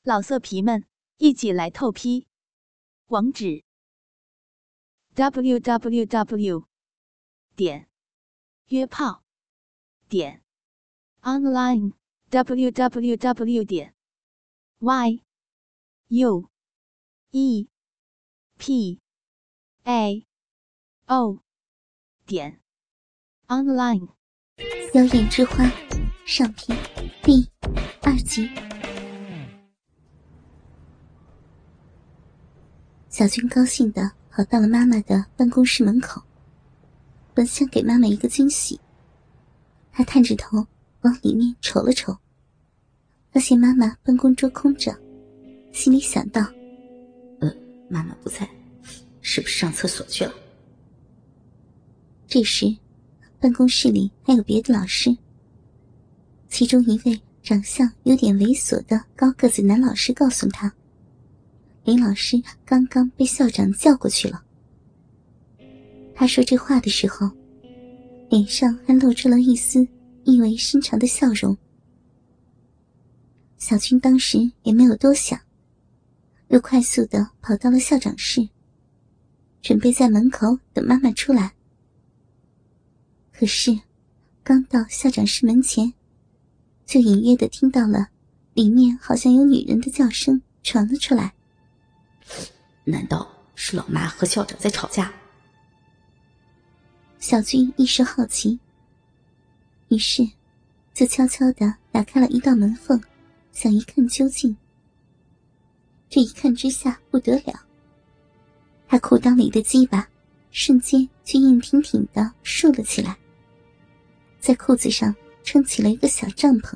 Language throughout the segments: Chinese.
老色皮们，一起来透批！网址 www.约炮online www.yuepao.online。 妖艳之花上篇第2集。小军高兴地跑到了妈妈的办公室门口，本想给妈妈一个惊喜。他探着头往里面瞅了瞅，发现妈妈办公桌空着，心里想到： 妈妈不在，是不是上厕所去了？ 这时办公室里还有别的老师，其中一位长相有点猥琐的高个子男老师告诉他，林老师刚刚被校长叫过去了。他说这话的时候，脸上还露出了一丝意味深长的笑容。小军当时也没有多想，又快速地跑到了校长室，准备在门口等妈妈出来。可是刚到校长室门前，就隐约地听到了里面好像有女人的叫声传了出来。 难道是老妈和校长在吵架？ 小军一时好奇，于是就悄悄地打开了一道门缝，想一看究竟。这一看之下不得了，他裤裆里的鸡巴瞬间就硬挺挺地竖了起来，在裤子上撑起了一个小帐篷。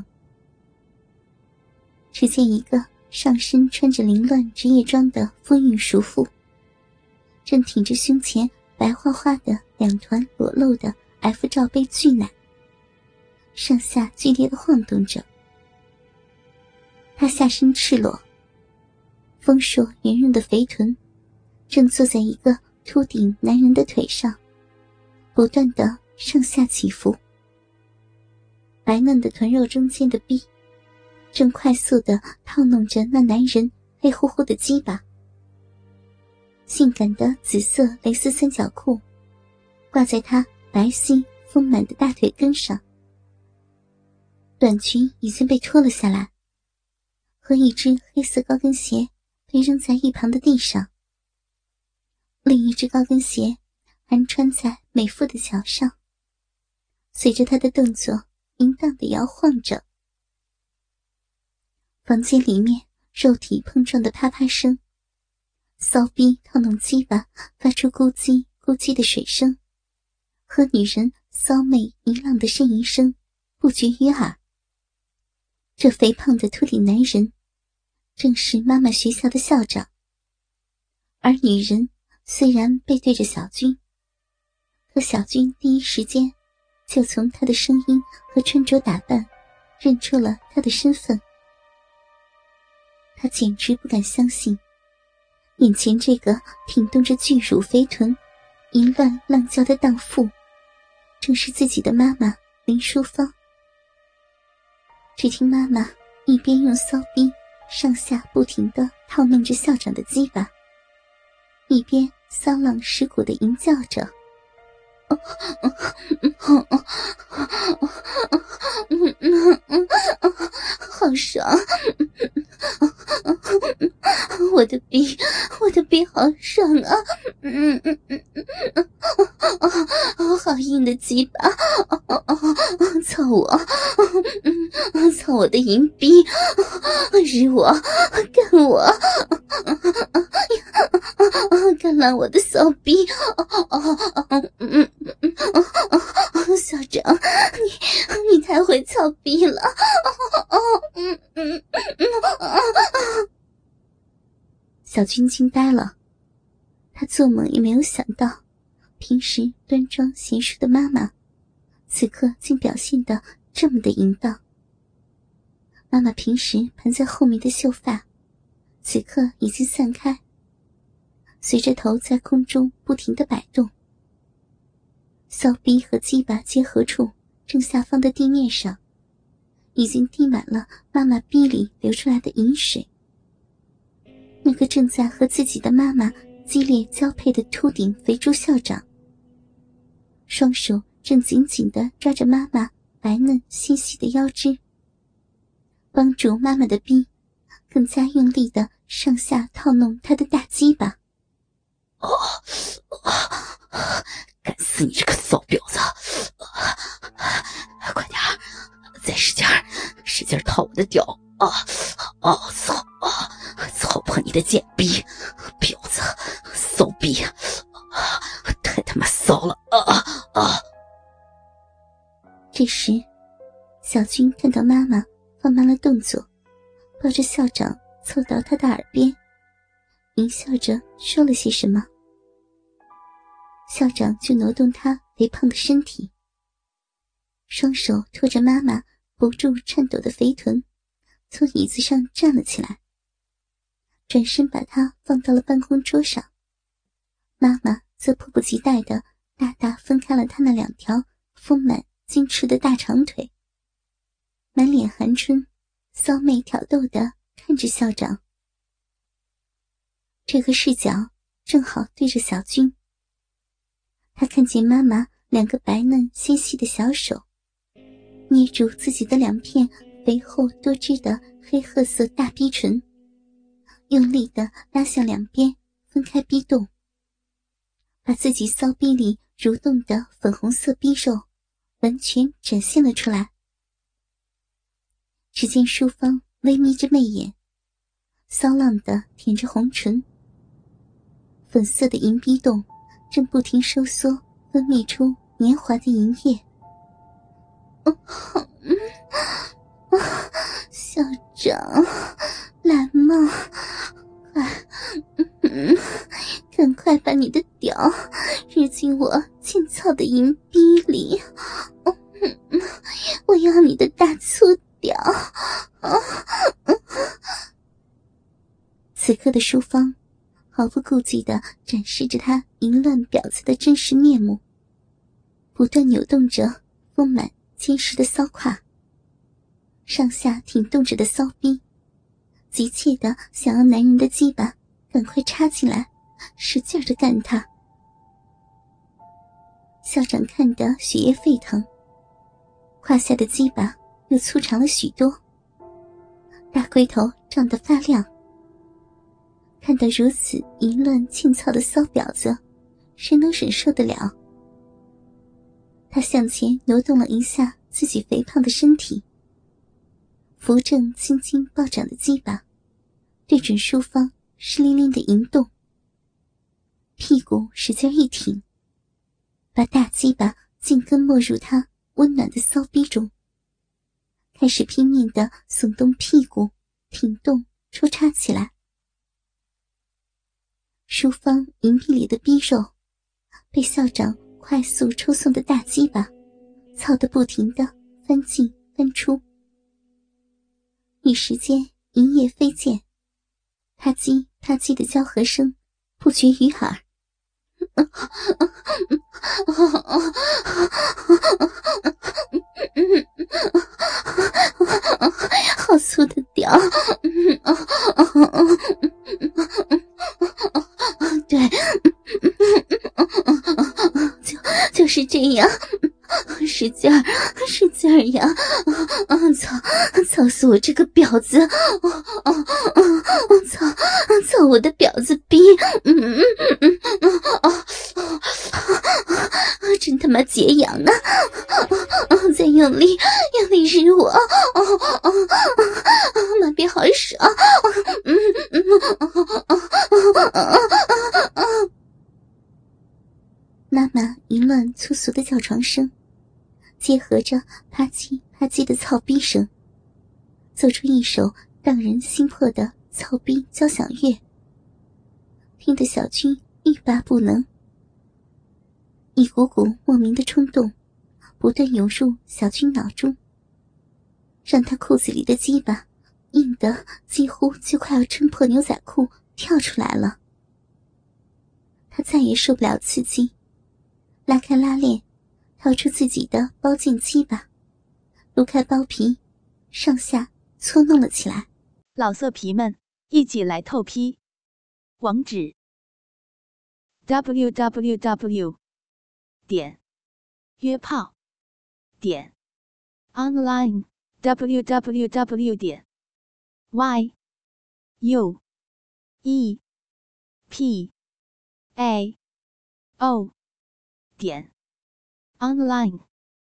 只见一个上身穿着凌乱职业装的丰韵熟妇，正挺着胸前白花花的2团裸露的 F 罩杯巨奶，上下剧烈地晃动着。她下身赤裸，丰硕圆润的肥臀正坐在一个秃顶男人的腿上，不断地上下起伏。白嫩的臀肉中间的臂正快速地套弄着那男人黑乎乎的鸡巴。性感的紫色蕾丝三角裤挂在她白皙丰满的大腿根上，短裙已经被脱了下来，和一只黑色高跟鞋被扔在一旁的地上，另一只高跟鞋还穿在美妇的脚上，随着她的动作淫荡地摇晃着。房间里面肉体碰撞的啪啪声，骚逼套弄鸡巴发出咕叽咕叽的水声，和女人骚媚淫浪的呻吟声不绝于耳。这肥胖的秃顶男人正是妈妈学校的校长，而女人虽然背对着小军，可小军第一时间就从她的声音和穿着打扮认出了她的身份。他简直不敢相信，眼前这个挺动着巨乳肥臀淫乱浪叫的荡妇正是自己的妈妈林淑芳。只听妈妈一边用骚逼上下不停地套弄着校长的鸡巴，一边骚浪蚀骨地淫叫着，好爽，我的逼好爽啊，好硬的鸡巴，操我的淫逼，日我，干我，干烂我的骚逼，校长，你太会操逼了，小军惊呆了，他做梦也没有想到，平时端庄贤淑的妈妈，此刻竟表现得这么的淫荡。妈妈平时盘在后面的秀发，此刻已经散开，随着头在空中不停地摆动。骚逼和鸡巴结合处正下方的地面上，已经滴满了妈妈逼里流出来的饮水。 那个正在和自己的妈妈激烈交配的秃顶肥猪校长，双手正紧紧地抓着妈妈白嫩纤细的腰肢，帮助妈妈的逼更加用力地上下套弄她的大鸡巴。 干死你这个骚婊子！快点儿，再使劲儿，使劲儿套我的屌！操破你的贱逼，婊子，骚逼，太他妈骚了！ 这时，小军看到妈妈放慢了动作，抱着校长凑到他的耳边，淫笑着说了些什么。校长就挪动他肥胖的身体，双手托着妈妈不住颤抖的肥臀，从椅子上站了起来，转身把她放到了办公桌上。妈妈则迫不及待地大大分开了她那2条丰满精致的大长腿，满脸含春，骚媚挑逗地看着校长。这个视角正好对着小军，他看见妈妈2个白嫩纤细的小手捏住自己的2片肥厚多汁的黑褐色大逼唇，用力地拉向2边分开逼洞，把自己骚逼里蠕动的粉红色逼肉完全展现了出来。只见淑芳微眯着媚眼，骚浪地舔着红唇，粉色的银逼洞正不停收缩分泌出黏滑的银液。校长，来嘛，赶快把你的屌日进我劲操的银逼里，我要你的大粗屌。此刻的淑芳毫不顾忌地展示着她淫乱婊子的真实面目，不断扭动着丰满坚实的骚胯，上下挺动着的骚逼，急切地想要男人的鸡巴赶快插进来，使劲地干他。校长看得血液沸腾，胯下的鸡巴又粗长了许多，大龟头胀得发亮。看到如此淫乱劲操的骚婊子，谁能忍受得了？他向前挪动了一下自己肥胖的身体，扶正青筋暴涨的鸡巴，对准淑芳湿淋淋的淫洞，屁股使劲一挺，把大鸡巴紧跟没入他温暖的骚逼中，开始拼命地耸动屁股，挺动抽插起来。淑芳银臂里的逼肉被校长快速抽送的大鸡巴操得不停地翻进翻出，一时间银液飞溅，啪叽啪叽的交合声不绝于耳。好粗的屌！对，就是这样，使劲儿，使劲儿呀！操死我这个婊子！操我的婊子逼！真他妈解痒呢！再用力日我！妈逼好爽！妈妈淫乱粗俗的叫床声，结合着啪叽啪叽的操逼声，奏出一首让人心魄的操逼交响乐，听得小军欲罢不能。一股股莫名的冲动不断涌入小军脑中，让他裤子里的鸡巴硬得几乎就快要撑破牛仔裤跳出来了。他再也受不了刺激，拉开拉链，掏出自己的包茎鸡巴，撸开包皮，上下搓弄了起来。 老色皮们，一起来透批！ 网址 www. 约炮online www. yuepao. online